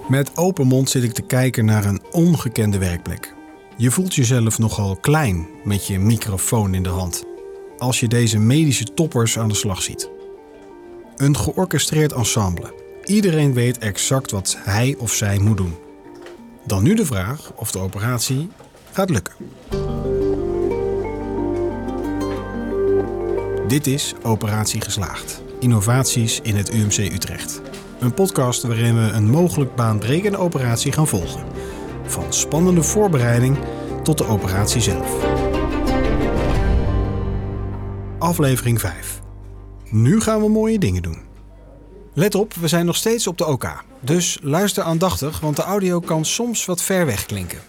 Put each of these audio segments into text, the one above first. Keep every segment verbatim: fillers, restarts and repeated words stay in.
Met open mond zit ik te kijken naar een ongekende werkplek. Je voelt jezelf nogal klein met je microfoon in de hand, als je deze medische toppers aan de slag ziet. Een georchestreerd ensemble. Iedereen weet exact wat hij of zij moet doen. Dan nu de vraag of de operatie gaat lukken. Dit is Operatie Geslaagd. Innovaties in het U M C Utrecht. Een podcast waarin we een mogelijk baanbrekende operatie gaan volgen. Van spannende voorbereiding tot de operatie zelf. Aflevering vijf. Nu gaan we mooie dingen doen. Let op, we zijn nog steeds op de O K. Dus luister aandachtig, want de audio kan soms wat ver weg klinken.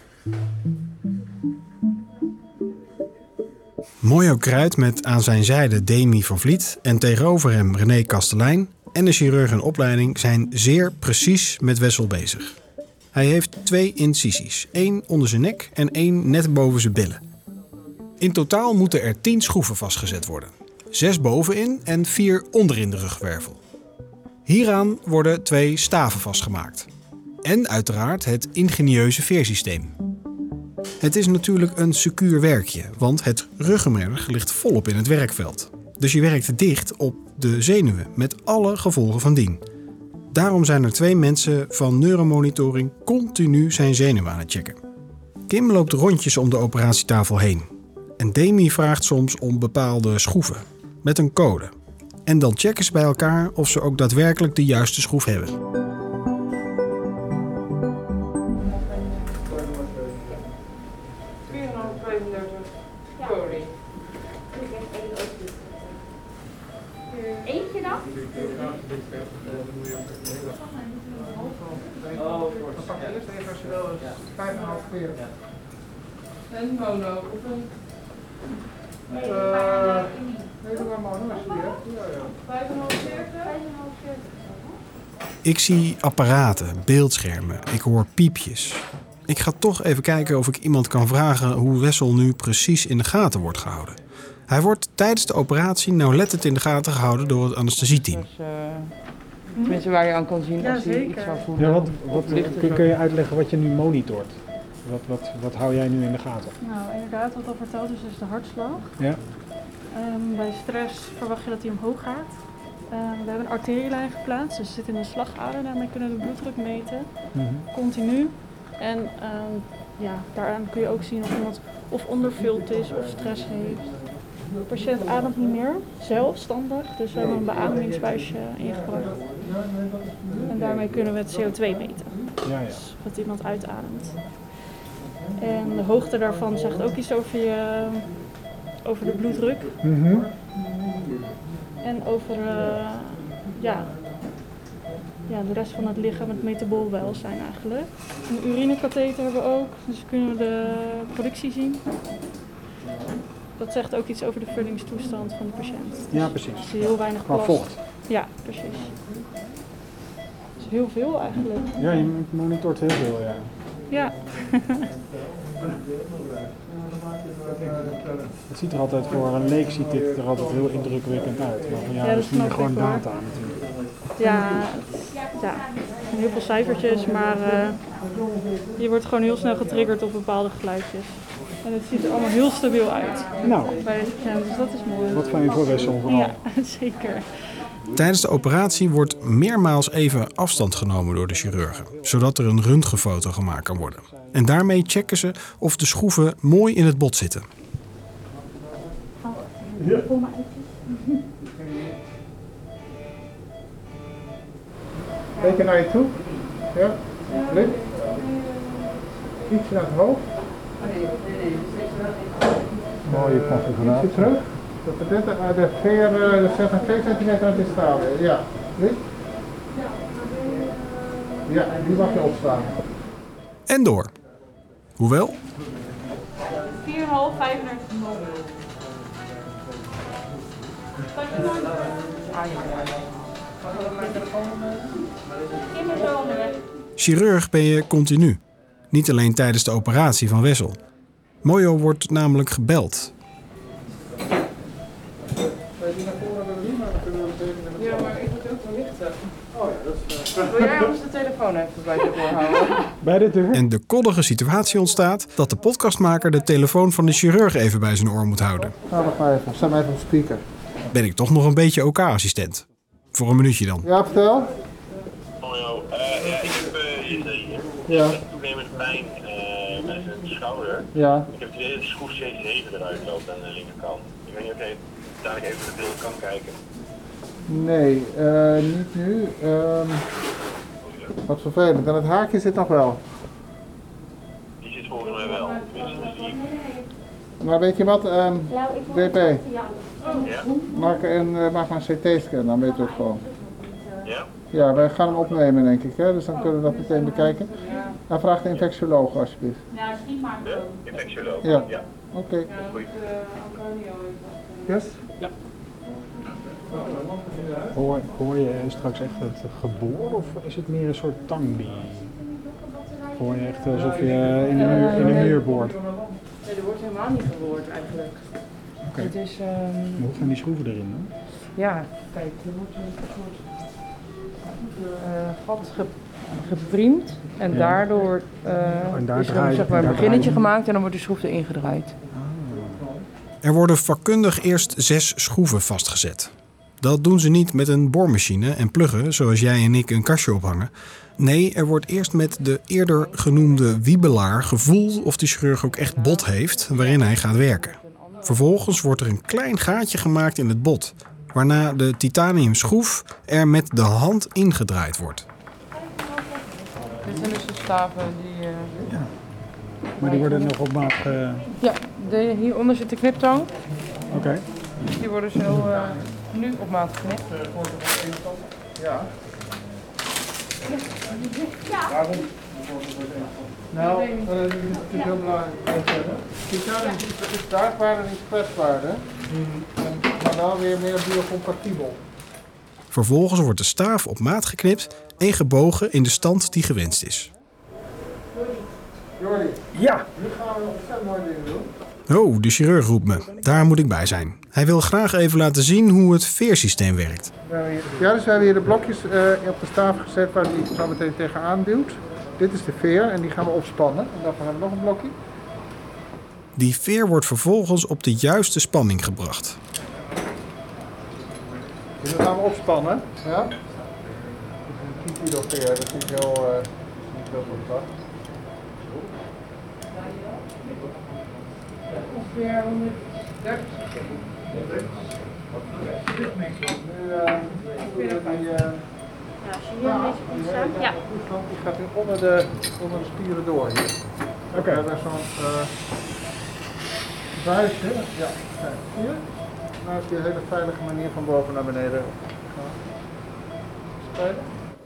Mojo Kruid met aan zijn zijde Demi van Vliet en tegenover hem René Kastelein en de chirurg in opleiding zijn zeer precies met Wessel bezig. Hij heeft twee incisies, één onder zijn nek en één net boven zijn billen. In totaal moeten er tien schroeven vastgezet worden. Zes bovenin en vier onderin de rugwervel. Hieraan worden twee staven vastgemaakt. En uiteraard het ingenieuze veersysteem. Het is natuurlijk een secuur werkje, want het ruggenmerg ligt volop in het werkveld. Dus je werkt dicht op de zenuwen, met alle gevolgen van dien. Daarom zijn er twee mensen van neuromonitoring continu zijn zenuwen aan het checken. Kim loopt rondjes om de operatietafel heen. En Demi vraagt soms om bepaalde schroeven, met een code. En dan checken ze bij elkaar of ze ook daadwerkelijk de juiste schroef hebben. Eentje dan? Oh, dan pak je eerst even als je wil vijf komma vijf keer. En mono of een... Nee, Uh, nee, doe maar mono als je die hebt. Ja, ja. vijf komma vijf. Ik zie apparaten, beeldschermen, ik hoor piepjes. Ik ga toch even kijken of ik iemand kan vragen hoe Wessel nu precies in de gaten wordt gehouden. Hij wordt tijdens de operatie nauwlettend in de gaten gehouden door het anesthesieteam. Dus, uh, tenminste waar je aan kan zien Ja, als hij zeker. iets zou voelen. Ja, wat, wat, Licht kun, is kun je uitleggen wat je nu monitort? Wat, wat, wat hou jij nu in de gaten? Nou, inderdaad, wat al verteld is, is de hartslag. Ja? Um, bij stress verwacht je dat hij omhoog gaat. Um, we hebben een arterielijn geplaatst, dus het zit in een slagader. Daarmee kunnen we de bloeddruk meten, Mm-hmm. continu. En um, ja, daaraan kun je ook zien of iemand of ondervuld is of stress heeft. De patiënt ademt niet meer, zelfstandig, dus we hebben een beademingsbuisje ingebracht. En daarmee kunnen we het C O twee meten, Ja, ja. dus wat iemand uitademt. En de hoogte daarvan zegt ook iets over, je, over de bloeddruk Mm-hmm. en over uh, ja, ja, de rest van het lichaam, het metabool welzijn eigenlijk. Een urinekatheter hebben we ook, dus kunnen we de productie zien. Dat zegt ook iets over de vullingstoestand van de patiënt. Ja, precies. Dus heel weinig Qua plas. vocht. Ja, precies. Dus heel veel eigenlijk. Ja, je monitort heel veel, ja. Ja. Het ziet er altijd voor een leek ziet dit er altijd heel indrukwekkend uit. Maar van ja, Ja, dat dat is meer snap gewoon ik, hoor. data natuurlijk. Ja, ja, heel veel cijfertjes, maar uh, je wordt gewoon heel snel getriggerd op bepaalde geluidjes. En het ziet er allemaal heel stabiel uit Nou, bij de patiënt, dus dat is mooi. wat fijn voor Wessel vooral. Ja, zeker. Tijdens de operatie wordt meermaals even afstand genomen door de chirurgen, zodat er een röntgenfoto gemaakt kan worden. En daarmee checken ze of de schroeven mooi in het bot zitten. Ja. Beetje naar je toe. Ja. Blik. Ietsje naar het hoofd. Mooie configuratie. Ietsje terug. Dat betekent uh, de veer, uh, de zes en twee centimeter aan het staan. Ja. Blik. Ja, die mag je opstaan. En door. Hoewel, vier komma vijf, vijfendertig mogen. Kan je nooit... Kim is zo onderweg. chirurg ben je continu. Niet alleen tijdens de operatie van Wessel. Mojo wordt namelijk gebeld. Wij die naar voren willen doen, maar dan kunnen we meteen Ja, maar ik moet ook wel lichten. Oh ja, dat is... Uh... Wil jij anders de telefoon even bij de deur houden? Bij de deur? En de koddige situatie ontstaat dat de podcastmaker de telefoon van de chirurg even bij zijn oor moet houden. Nou, wacht maar even. Zet maar even op speaker. Ben ik toch nog een beetje O K-assistent. Voor een minuutje dan. Ja, vertel. Oh joh, uh, ja, ik heb uh, hier Ja. een toenemende pijn uh, met zijn schouder. Ja. Ik heb het idee dat de schroef steeds zeven eruit loopt aan de linkerkant. Ik weet niet of je dadelijk even de beeld kan kijken. Nee, uh, niet nu. Um, wat vervelend. En het haakje zit nog wel. Die zit volgens mij wel. Tenminste, dat zie ik. Maar weet je wat, um, D P, Ja? maak, een, uh, maak maar een C T-scan, dan weet je het gewoon. Ja? Ja, wij gaan hem opnemen denk ik, hè? Dus dan kunnen we dat meteen bekijken. Dan vraag de infectioloog alsjeblieft. De infectioloog? Ja. Ja. Oké. Okay. Goed. Yes? Hoor, hoor je straks echt het geboor of is het meer een soort tang die... Hoor je echt alsof je in een muur, in een muur boort? Nee, er wordt helemaal niet geboord eigenlijk. Oké. Het is... Um... Hoe gaan die schroeven erin dan? Ja, kijk, er wordt een soort uh, gat ge gepriemd en ja. daardoor uh, en daar is er zeg maar, een beginnetje gemaakt en dan wordt de schroef erin gedraaid. Ah. Er worden vakkundig eerst zes schroeven vastgezet. Dat doen ze niet met een boormachine en pluggen zoals jij en ik een kastje ophangen. Nee, er wordt eerst met de eerder genoemde wiebelaar gevoeld of de chirurg ook echt bot heeft waarin hij gaat werken. Vervolgens wordt er een klein gaatje gemaakt in het bot, waarna de titanium schroef er met de hand ingedraaid wordt. Dit zijn dus de staven die... Uh, ja. Maar die worden nog op maat... Uh... Ja, de, hieronder zit de kniptang. Oké. Okay. Die worden zo uh, nu op maat geknipt. Ja. Waarom? Nou, uh, dat is heel belangrijk. Titanium is draagbaarder en kwetsbaarder, maar wel weer meer biocompatibel. Vervolgens wordt de staaf op maat geknipt en gebogen in de stand die gewenst is. Jordi, ja. Nu gaan we een ontzettend mooi ding doen. Oh, de chirurg roept me. Daar moet ik bij zijn. Hij wil graag even laten zien hoe het veersysteem werkt. Ja, dus we hebben hier de blokjes uh, op de staaf gezet waar die zo meteen tegenaan duwt. Dit is de veer en die gaan we opspannen. En dan gaan we nog een blokje. Die veer wordt vervolgens op de juiste spanning gebracht. Dus dan gaan we opspannen. Ja? Dit is een tien kilo veer, dat is niet heel, uh, niet heel veel kracht. Ongeveer honderddertig. Nu, uh, die, uh, Ja, als je hier een beetje goed staat. Ja. Die gaat nu onder de, onder de spieren door hier. Oké. Okay. We hebben zo'n uh, buisje. Ja, kijk, zie je? Nou heb je een hele veilige manier van boven naar beneden gaan. Spelen.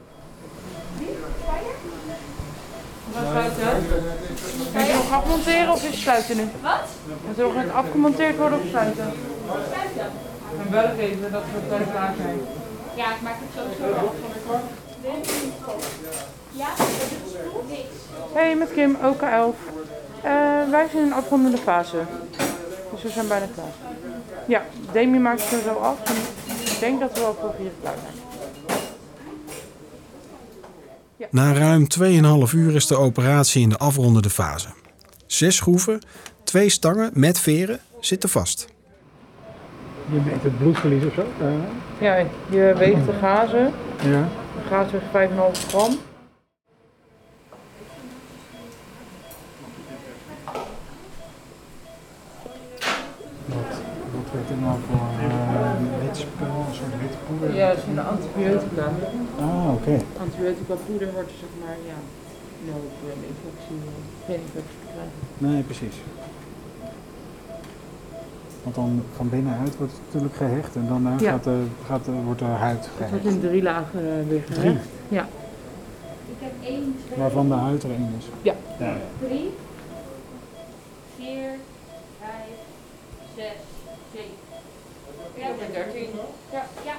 Wat sluiten? Moet je nog afmonteren of is het sluiten nu? Wat? Moet er nog net afgemonteerd worden of sluiten? Sluiten. En wel even dat we het klaar zijn. Ja, ik maak het sowieso af. Ja, dat is goed. Niks. Hey, met Kim, O K elf. Uh, wij zijn in een afrondende fase. Dus we zijn bijna klaar. Ja, Demi maakt het er zo af. En ik denk dat we wel voor vier klaar zijn. Ja. Na ruim twee komma vijf uur is de operatie in de afrondende fase. Zes schroeven, twee stangen met veren zitten vast. Je meet het bloedverlies of zo? Uh... Ja, je weegt de gazen. Ja. De gazen weegt vijf komma vijf gram. Wat, wat werd er nou voor uh, wit spul, een soort wit poeder? Ja, dat is een antibiotica. Ah, oké. Okay. Antibiotica poeder wordt zeg maar, ja, nodig voor een infectie, geen infectie te krijgen. Nee, precies. Want dan van binnenuit wordt het natuurlijk gehecht en dan uh, ja. gaat de, gaat de, wordt de huid gehecht. Het wordt in drie lagen uh, weer gehecht. Drie? Ja. Ik heb één, twee, waarvan de huid er één is. Ja. ja. drie, vier, vijf, zes, zeven. Ja, ik heb dertien. Ja. Ja.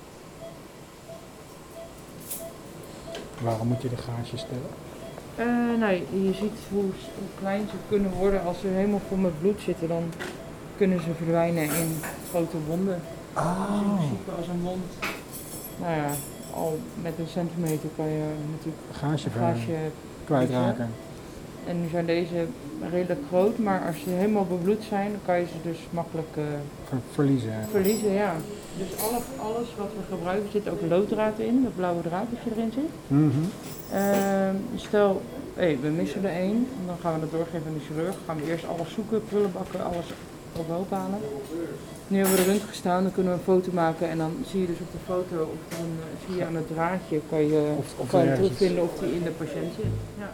Waarom moet je de gaatjes stellen? Uh, nou, je ziet hoe, hoe klein ze kunnen worden als ze helemaal vol met bloed zitten. Dan kunnen ze verdwijnen in grote wonden. Oh. Dus in principe als een wond nou ja, al met een centimeter kan je natuurlijk Gaasje, een gaasje kwijtraken. En nu zijn deze redelijk groot, maar als ze helemaal bebloed zijn, dan kan je ze dus makkelijk uh, Ver, verliezen. verliezen. Ja. Dus alle, alles wat we gebruiken zit ook looddraad in, dat blauwe draad dat je erin zit. Mm-hmm. Uh, stel, hey, we missen er één, dan gaan we dat doorgeven aan de chirurg. Dan gaan we eerst alles zoeken, prullenbakken, alles overhoop halen. Nu hebben we de röntgen gestaan, dan kunnen we een foto maken en dan zie je dus op de foto, of er een, zie je aan het draadje, kan je, of, of kan je terugvinden of die in de patiënt zit. Ja.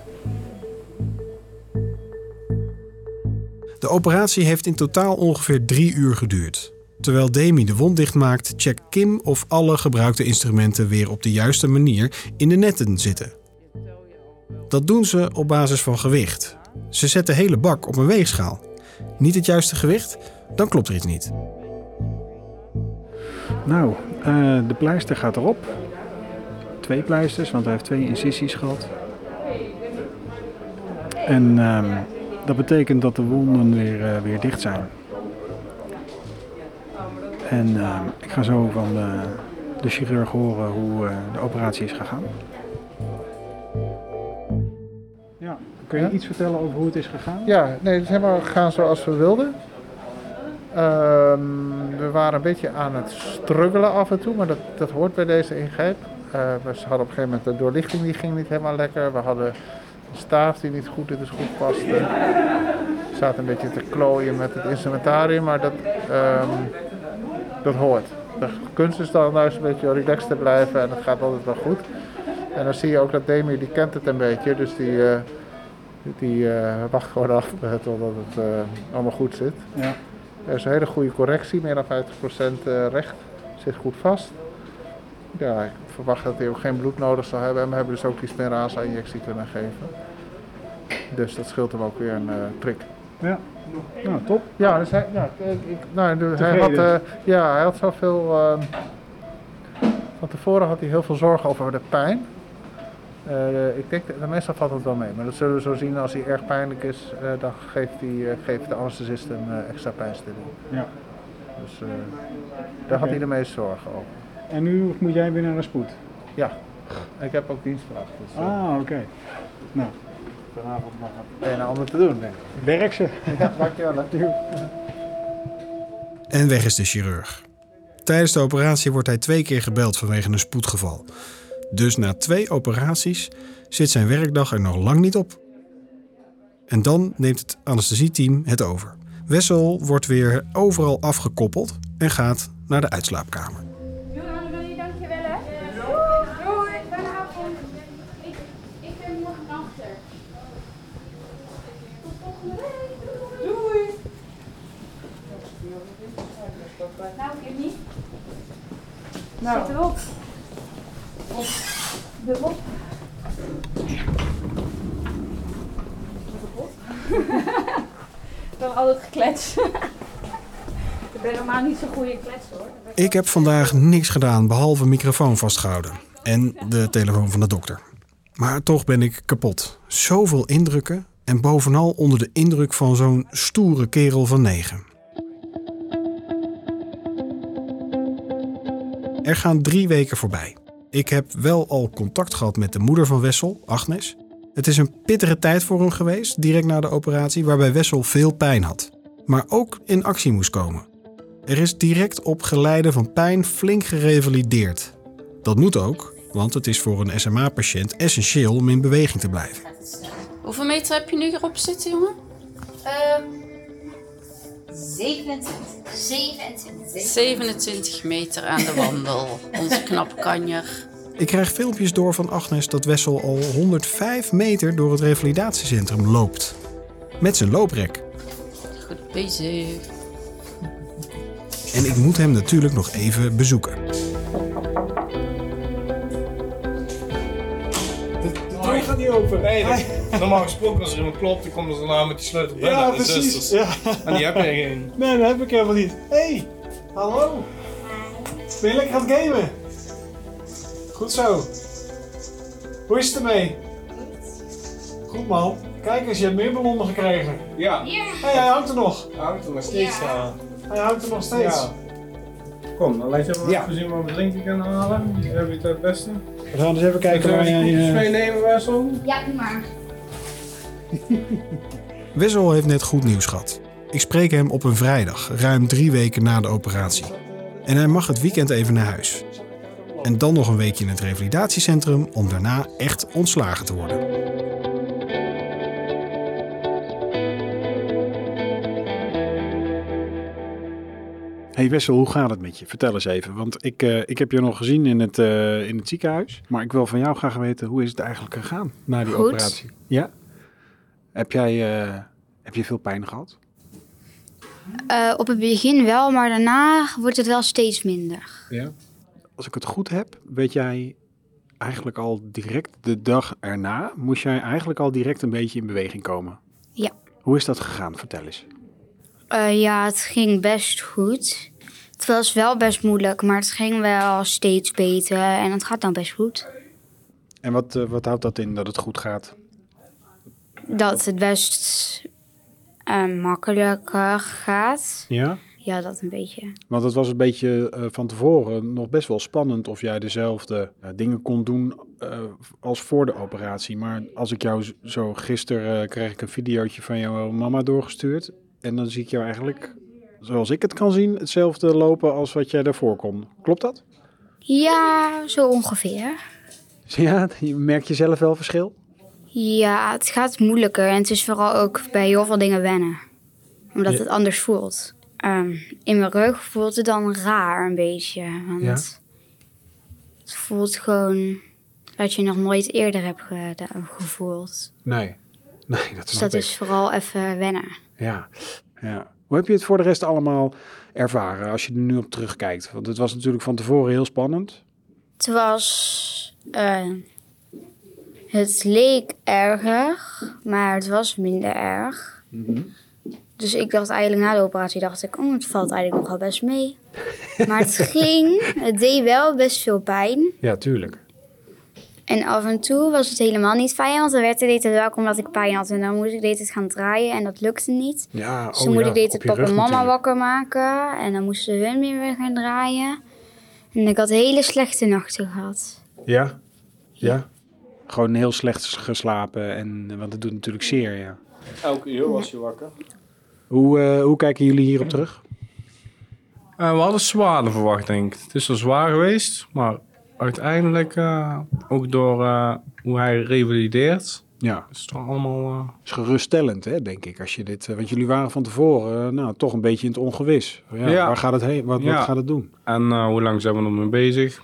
De operatie heeft in totaal ongeveer drie uur geduurd. Terwijl Demi de wond dichtmaakt, checkt Kim of alle gebruikte instrumenten weer op de juiste manier in de netten zitten. Dat doen ze op basis van gewicht. Ze zet de hele bak op een weegschaal. Niet het juiste gewicht? Dan klopt er iets niet. Nou, uh, de pleister gaat erop. Twee pleisters, want hij heeft twee incisies gehad. En uh, dat betekent dat de wonden weer, uh, weer dicht zijn. En uh, ik ga zo van de, de chirurg horen hoe uh, de operatie is gegaan. Ja, kun je ja? iets vertellen over hoe het is gegaan? Ja, nee, het is helemaal gegaan zoals we wilden. Uh, we waren een beetje aan het struggelen af en toe, maar dat, dat hoort bij deze ingreep. Uh, we hadden op een gegeven moment de doorlichting die ging niet helemaal lekker. We hadden een staaf die niet goed, dit is goed paste. We zaten een beetje te klooien met het instrumentarium, maar dat, um, dat hoort. De kunst is dan juist een beetje relaxed te blijven en het gaat altijd wel goed. En dan zie je ook dat Demi, die kent het een beetje, dus die, uh, die uh, wacht gewoon af uh, totdat het uh, allemaal goed zit. Ja. Er is een hele goede correctie, meer dan vijftig procent recht, zit goed vast. Ja, ik verwacht dat hij ook geen bloed nodig zal hebben en we hebben dus ook die Spinraza-injectie kunnen geven. Dus dat scheelt hem ook weer een uh, prik. Ja, nou top. Ja, dus hij, ja, ik, nou, hij, had, uh, ja, hij had zoveel, uh, van tevoren had hij heel veel zorgen over de pijn. Uh, ik denk, dat, meestal valt het wel mee, maar dat zullen we zo zien als hij erg pijnlijk is, uh, dan geeft, die, uh, geeft de anesthesist een uh, extra pijnstilling. Ja. Dus uh, daar okay. had hij de meeste zorgen over. En nu moet jij weer naar de spoed? Ja, ik heb ook dienstkracht. Dus, uh, ah, oké. Okay. Nou, vanavond nog een en ander te doen, denk ik. Werk ze. Ja, dankjewel. En weg is de chirurg. Tijdens de operatie wordt hij twee keer gebeld vanwege een spoedgeval. Dus na twee operaties zit zijn werkdag er nog lang niet op. En dan neemt het anesthesieteam het over. Wessel wordt weer overal afgekoppeld en gaat naar de uitslaapkamer. Johan, wil je dankjewel hè? Doei, vanavond. Ik, ik ben morgen achter. Tot volgende week. Doei. Nou, ik niet. Nou. Zit erop. Op. Erop. Ik heb altijd gekletst. Ik ben normaal niet zo'n goede klets hoor. Ik heb vandaag niks gedaan behalve microfoon vastgehouden. En de telefoon van de dokter. Maar toch ben ik kapot. Zoveel indrukken en bovenal onder de indruk van zo'n stoere kerel van negen. Er gaan drie weken voorbij. Ik heb wel al contact gehad met de moeder van Wessel, Agnes. Het is een pittige tijd voor hem geweest, direct na de operatie, waarbij Wessel veel pijn had. Maar ook in actie moest komen. Er is direct op geleide van pijn flink gerevalideerd. Dat moet ook, want het is voor een S M A-patiënt essentieel om in beweging te blijven. Hoeveel meter heb je nu erop zitten, jongen? Um, zevenentwintig. zevenentwintig. zevenentwintig meter aan de wandel. Onze knappe kanjer. Ik krijg filmpjes door van Agnes dat Wessel al honderdvijf meter door het revalidatiecentrum loopt. Met zijn looprek. Goed bezig. En ik moet hem natuurlijk nog even bezoeken. De deur gaat niet open. Nee, dat, normaal gesproken als er iemand klopt, dan komt er daarna met die sleutel bij ja, naar de precies. zusters. Ja. En die heb je geen. Nee, dat heb ik helemaal niet. Hé, hey, hallo. Ben je lekker aan het gamen? Goed zo. Hoe is het ermee? Goed man. Kijk eens, je hebt meer ballonnen gekregen. Ja. Ja. Hé, hey, hij hangt er nog. Hij hangt er nog steeds ja. aan. Hij hangt er nog steeds. Ja. kom, dan laat je even, Ja. even zien wat we drinken kunnen halen. Die heb je het het beste. We gaan eens even kijken waar Zullen we jij... koekjes eh, meenemen, Wessel? Ja, doe maar. Wessel heeft net goed nieuws gehad. Ik spreek hem op een vrijdag, ruim drie weken na de operatie. En hij mag het weekend even naar huis. En dan nog een weekje in het revalidatiecentrum om daarna echt ontslagen te worden. Hey Wessel, hoe gaat het met je? Vertel eens even, want ik, uh, ik heb je nog gezien in het, uh, in het ziekenhuis. Maar ik wil van jou graag weten, hoe is het eigenlijk gegaan na die Goed. operatie? Ja? Heb jij uh, heb je veel pijn gehad? Uh, op het begin wel, maar daarna wordt het wel steeds minder. Ja. Als ik het goed heb, weet jij eigenlijk al direct de dag erna, moest jij eigenlijk al direct een beetje in beweging komen? Ja. Hoe is dat gegaan? Vertel eens. Uh, ja, het ging best goed. Het was wel best moeilijk, maar het ging wel steeds beter en het gaat nou best goed. En wat, uh, wat houdt dat in, dat het goed gaat? Dat het best uh, makkelijker gaat. Ja? Ja, dat een beetje. Want het was een beetje uh, van tevoren nog best wel spannend of jij dezelfde uh, dingen kon doen uh, als voor de operatie. Maar als ik jou zo gisteren uh, kreeg ik een videootje van jouw mama doorgestuurd. En dan zie ik jou eigenlijk, zoals ik het kan zien, hetzelfde lopen als wat jij daarvoor kon. Klopt dat? Ja, zo ongeveer. Ja, merk je zelf wel verschil? Ja, het gaat moeilijker en het is vooral ook bij heel veel dingen wennen. Omdat Ja. het anders voelt. Um, in mijn rug voelt het dan raar een beetje. Want Ja. het voelt gewoon dat je nog nooit eerder hebt ge- gevoeld. Nee, nee, dat Dus snap dat ik. is vooral even wennen. Ja, ja. Hoe heb je het voor de rest allemaal ervaren als je er nu op terugkijkt? Want het was natuurlijk van tevoren heel spannend. Het was... Uh, het leek erger, maar het was minder erg. Mm-hmm. Dus ik dacht eigenlijk na de operatie, dacht ik, oh, het valt eigenlijk nogal best mee. Maar het ging, het deed wel best veel pijn. Ja, tuurlijk. En af en toe was het helemaal niet fijn, want dan werd het welkom omdat ik pijn had. En dan moest ik het gaan draaien en dat lukte niet. Ja, Dus oh dan moet ja, ik dit op je papa en rug mama natuurlijk. wakker maken. En dan moesten hun weer weer gaan draaien. En ik had hele slechte nachten gehad. Ja? Ja? Gewoon heel slecht geslapen, en, want het doet natuurlijk zeer, ja. Elke uur was je wakker. Hoe, uh, hoe kijken jullie hierop terug? Uh, we hadden zwaarder verwacht, denk ik. Het is wel zwaar geweest, maar uiteindelijk, uh, ook door uh, hoe hij revalideert, Ja. is het toch allemaal... Uh... is geruststellend, hè, denk ik, als je dit... Uh, want jullie waren van tevoren, uh, nou, toch een beetje in het ongewis. Ja, Ja. Waar gaat het heen? Wat, Ja. wat gaat het doen? En uh, hoe lang zijn we er mee bezig?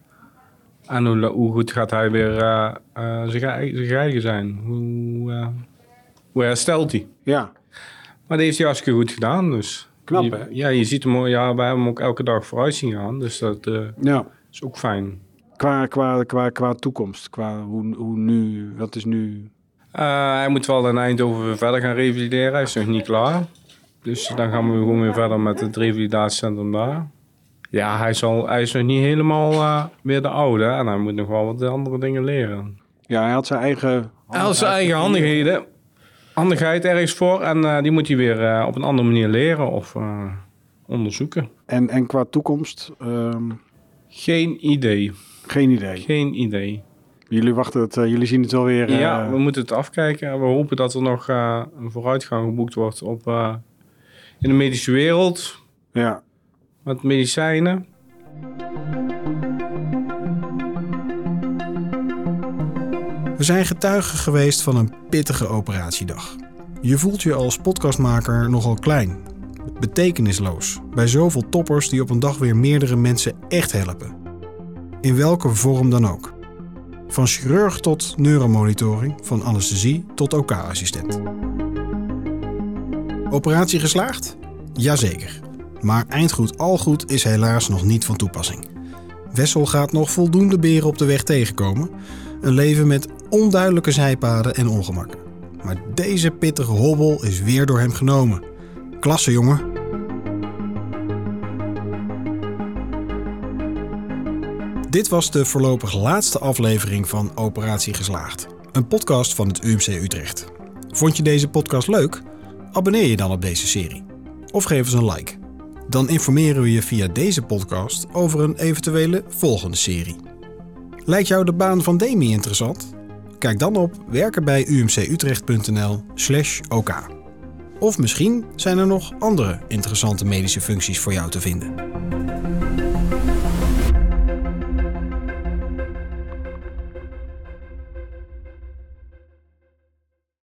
En hoe, hoe goed gaat hij weer uh, uh, zijn ei- zijn eigen zijn? Hoe, uh, hoe herstelt hij? Ja. Maar dat heeft hij hartstikke goed gedaan, dus... Knap, je, hè? Ja, je ziet hem, ja, wij hebben hem ook elke dag vooruit zien gaan, dus dat uh, Ja. is ook fijn. Qua, qua, qua, qua toekomst, qua hoe, hoe nu, wat is nu... Uh, hij moet wel in Eindhoven weer verder gaan revalideren. Hij is nog niet klaar. Dus dan gaan we gewoon weer verder met het revalidatiecentrum daar. Ja, hij is, al, hij is nog niet helemaal uh, weer de oude. En hij moet nog wel wat andere dingen leren. Ja, hij had zijn eigen... Hij had zijn eigen handigheden. Handigheid ergens voor. En uh, die moet hij weer uh, op een andere manier leren of uh, onderzoeken. En, en qua toekomst? Um... Geen idee. Geen idee? Geen idee. Jullie wachten het, uh, jullie zien het wel weer... Uh... Ja, we moeten het afkijken. We hopen dat er nog uh, een vooruitgang geboekt wordt op, uh, in de medische wereld. Ja. Met medicijnen. We zijn getuigen geweest van een pittige operatiedag. Je voelt je als podcastmaker nogal klein, betekenisloos, bij zoveel toppers die op een dag weer meerdere mensen echt helpen. In welke vorm dan ook. Van chirurg tot neuromonitoring, van anesthesie tot O K-assistent. Operatie geslaagd? Jazeker. Maar eindgoed al goed is helaas nog niet van toepassing. Wessel gaat nog voldoende beren op de weg tegenkomen. Een leven met onduidelijke zijpaden en ongemakken. Maar deze pittige hobbel is weer door hem genomen. Klasse, jongen. Dit was de voorlopig laatste aflevering van Operatie Geslaagd. Een podcast van het U M C Utrecht. Vond je deze podcast leuk? Abonneer je dan op deze serie. Of geef eens een like. dan informeren we je via deze podcast over een eventuele volgende serie. Lijkt jou de baan van Demi interessant? Kijk dan op werkenbijumcutrecht.nl slash OK. Of misschien zijn er nog andere interessante medische functies voor jou te vinden.